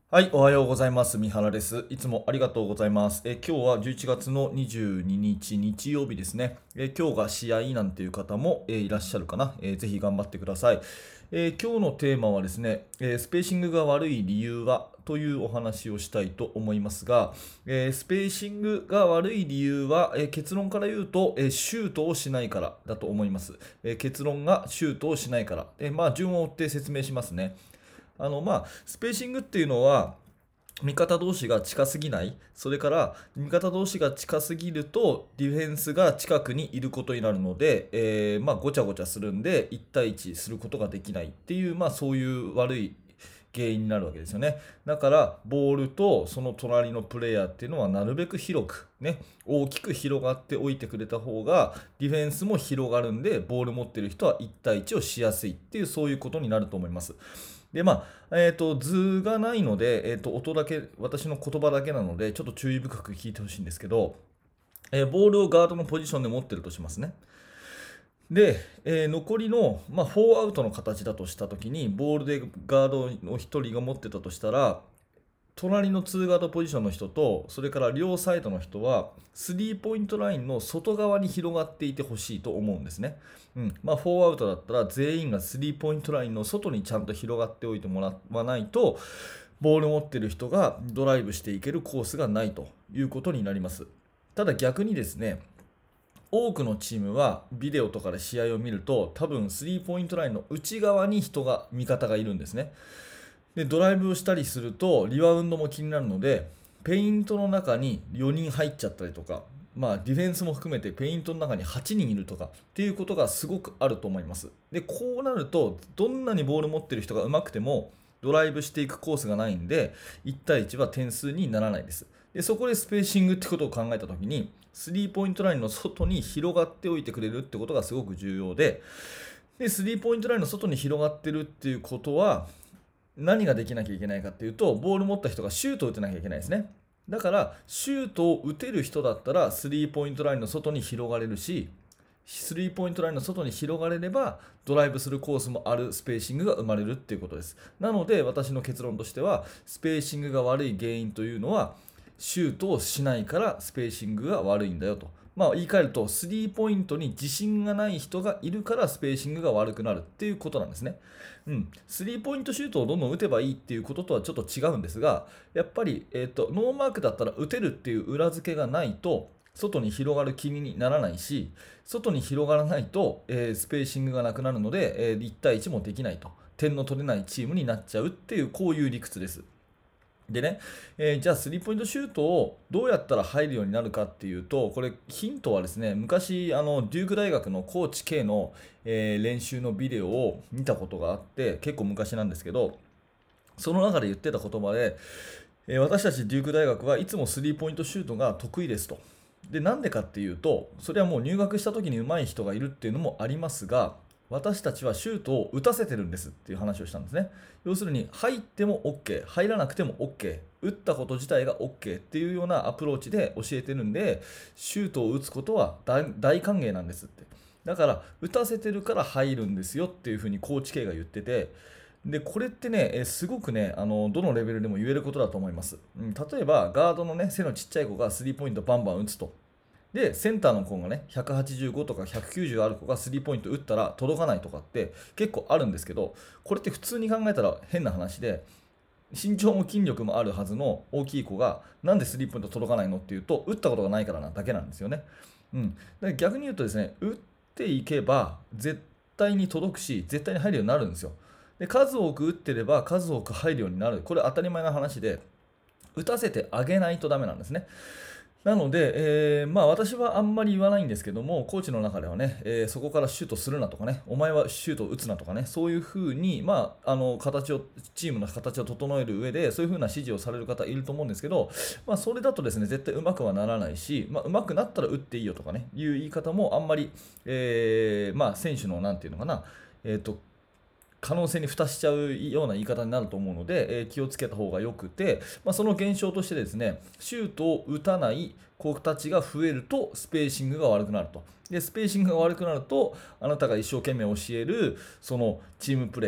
はい、おはようございます。三原です。いつもありがとうございます。今日は11月の22日日曜日ですね。今日が試合なんていう方も、いらっしゃるかな。ぜひ頑張ってください。今日のテーマはですね、スペーシングが悪い理由はというお話をしたいと思いますが、スペーシングが悪い理由は、結論から言うと、シュートをしないからだと思います。結論がシュートをしないから。順を追って説明しますね。スペーシングっていうのは、味方同士が近すぎない、それから味方同士が近すぎるとディフェンスが近くにいることになるので、ごちゃごちゃするんで1対1することができないっていう、そういう悪い原因になるわけですよね。だからボールとその隣のプレイヤーっていうのはなるべく広くね、大きく広がっておいてくれた方がディフェンスも広がるんで、ボール持ってる人は1対1をしやすいっていう、そういうことになると思います。で、図がないので、音だけ、私の言葉だけなので、ちょっと注意深く聞いてほしいんですけど、ボールをガードのポジションで持ってるとしますね。で、残りの、4アウトの形だとしたときに、ボールでガードの1人が持ってたとしたら、隣の2ガードポジションの人と、それから両サイドの人は、スリーポイントラインの外側に広がっていてほしいと思うんですね。4アウトだったら、全員がスリーポイントラインの外にちゃんと広がっておいてもらわないと、ボールを持っている人がドライブしていけるコースがないということになります。ただ逆にですね、多くのチームはビデオとかで試合を見ると、多分スリーポイントラインの内側に味方がいるんですね。で、ドライブをしたりすると、リバウンドも気になるので、ペイントの中に4人入っちゃったりとか、ディフェンスも含めてペイントの中に8人いるとかっていうことがすごくあると思います。で、こうなると、どんなにボール持ってる人が上手くても、ドライブしていくコースがないんで、1対1は点数にならないです。で、そこでスペーシングってことを考えたときに、スリーポイントラインの外に広がっておいてくれるってことがすごく重要で、スリーポイントラインの外に広がってるっていうことは、何ができなきゃいけないかっていうと、ボール持った人がシュートを打てなきゃいけないですね。だから、シュートを打てる人だったら、スリーポイントラインの外に広がれるし、スリーポイントラインの外に広がれれば、ドライブするコースもあるスペーシングが生まれるっていうことです。なので、私の結論としては、スペーシングが悪い原因というのは、シュートをしないからスペーシングが悪いんだよと。言い換えると、スリーポイントに自信がない人がいるからスペーシングが悪くなるっていうことなんですね。スリーポイントシュートをどんどん打てばいいっていうこととはちょっと違うんですが、やっぱり、ノーマークだったら打てるっていう裏付けがないと、外に広がる気にならないし、外に広がらないと、スペーシングがなくなるので、1対1もできないと。点の取れないチームになっちゃうっていう、こういう理屈です。でね、じゃあスリーポイントシュートをどうやったら入るようになるかっていうと、これヒントはですね、昔デューク大学のコーチ K の、練習のビデオを見たことがあって、結構昔なんですけど、その中で言ってた言葉で、私たちデューク大学はいつもスリーポイントシュートが得意ですと。で、なんでかっていうと、それはもう入学した時に上手い人がいるっていうのもありますが、私たちはシュートを打たせてるんですっていう話をしたんですね。要するに、入っても OK、入らなくても OK、打ったこと自体が OK っていうようなアプローチで教えてるんで、シュートを打つことは大歓迎なんですって。だから、打たせてるから入るんですよっていうふうにコーチ系が言ってて、で、これってね、すごくね、どのレベルでも言えることだと思います。例えば、ガードのね、背のちっちゃい子がスリーポイントバンバン打つと。で、センターの子がね、185とか190ある子がスリーポイント打ったら届かないとかって結構あるんですけど、これって普通に考えたら変な話で、身長も筋力もあるはずの大きい子が、なんでスリーポイント届かないのっていうと、打ったことがないからなだけなんですよね。だから逆に言うとですね、打っていけば絶対に届くし、絶対に入るようになるんですよ。で、数多く打ってれば数多く入るようになる。これ当たり前の話で、打たせてあげないとダメなんですね。なので、私はあんまり言わないんですけども、コーチの中ではね、そこからシュートするなとかね、お前はシュートを打つなとかね、そういうふうに、チームの形を整える上で、そういうふうな指示をされる方いると思うんですけど、それだとですね、絶対うまくはならないし、うまくなったら打っていいよとかね、いう言い方もあんまり、選手のなんていうのかな、可能性に蓋しちゃうような言い方になると思うので、気をつけた方がよくて、その現象としてですね、シュートを打たない子たちが増えるとスペーシングが悪くなると。で、スペーシングが悪くなると、あなたが一生懸命教えるそのチームプレー、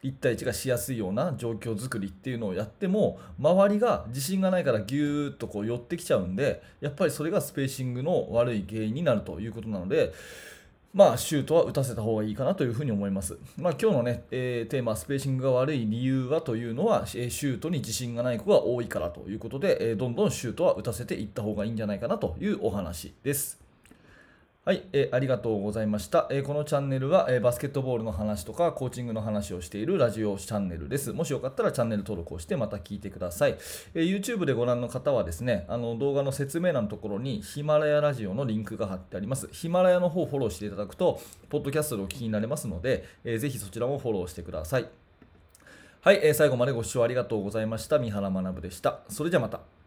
1対1がしやすいような状況作りっていうのをやっても、周りが自信がないからギューッとこう寄ってきちゃうんで、やっぱりそれがスペーシングの悪い原因になるということなので、シュートは打たせた方がいいかなというふうに思います。今日のね、テーマ、スペーシングが悪い理由はというのは、シュートに自信がない子が多いからということで、どんどんシュートは打たせていった方がいいんじゃないかなというお話です。はい、ありがとうございました。このチャンネルは、バスケットボールの話とかコーチングの話をしているラジオチャンネルです。もしよかったらチャンネル登録をしてまた聞いてください。YouTube でご覧の方はですね、動画の説明欄のところにヒマラヤラジオのリンクが貼ってあります。ヒマラヤの方をフォローしていただくと、ポッドキャストでお聞きになれますので、ぜひそちらもフォローしてください。はい、最後までご視聴ありがとうございました。三原学でした。それじゃまた。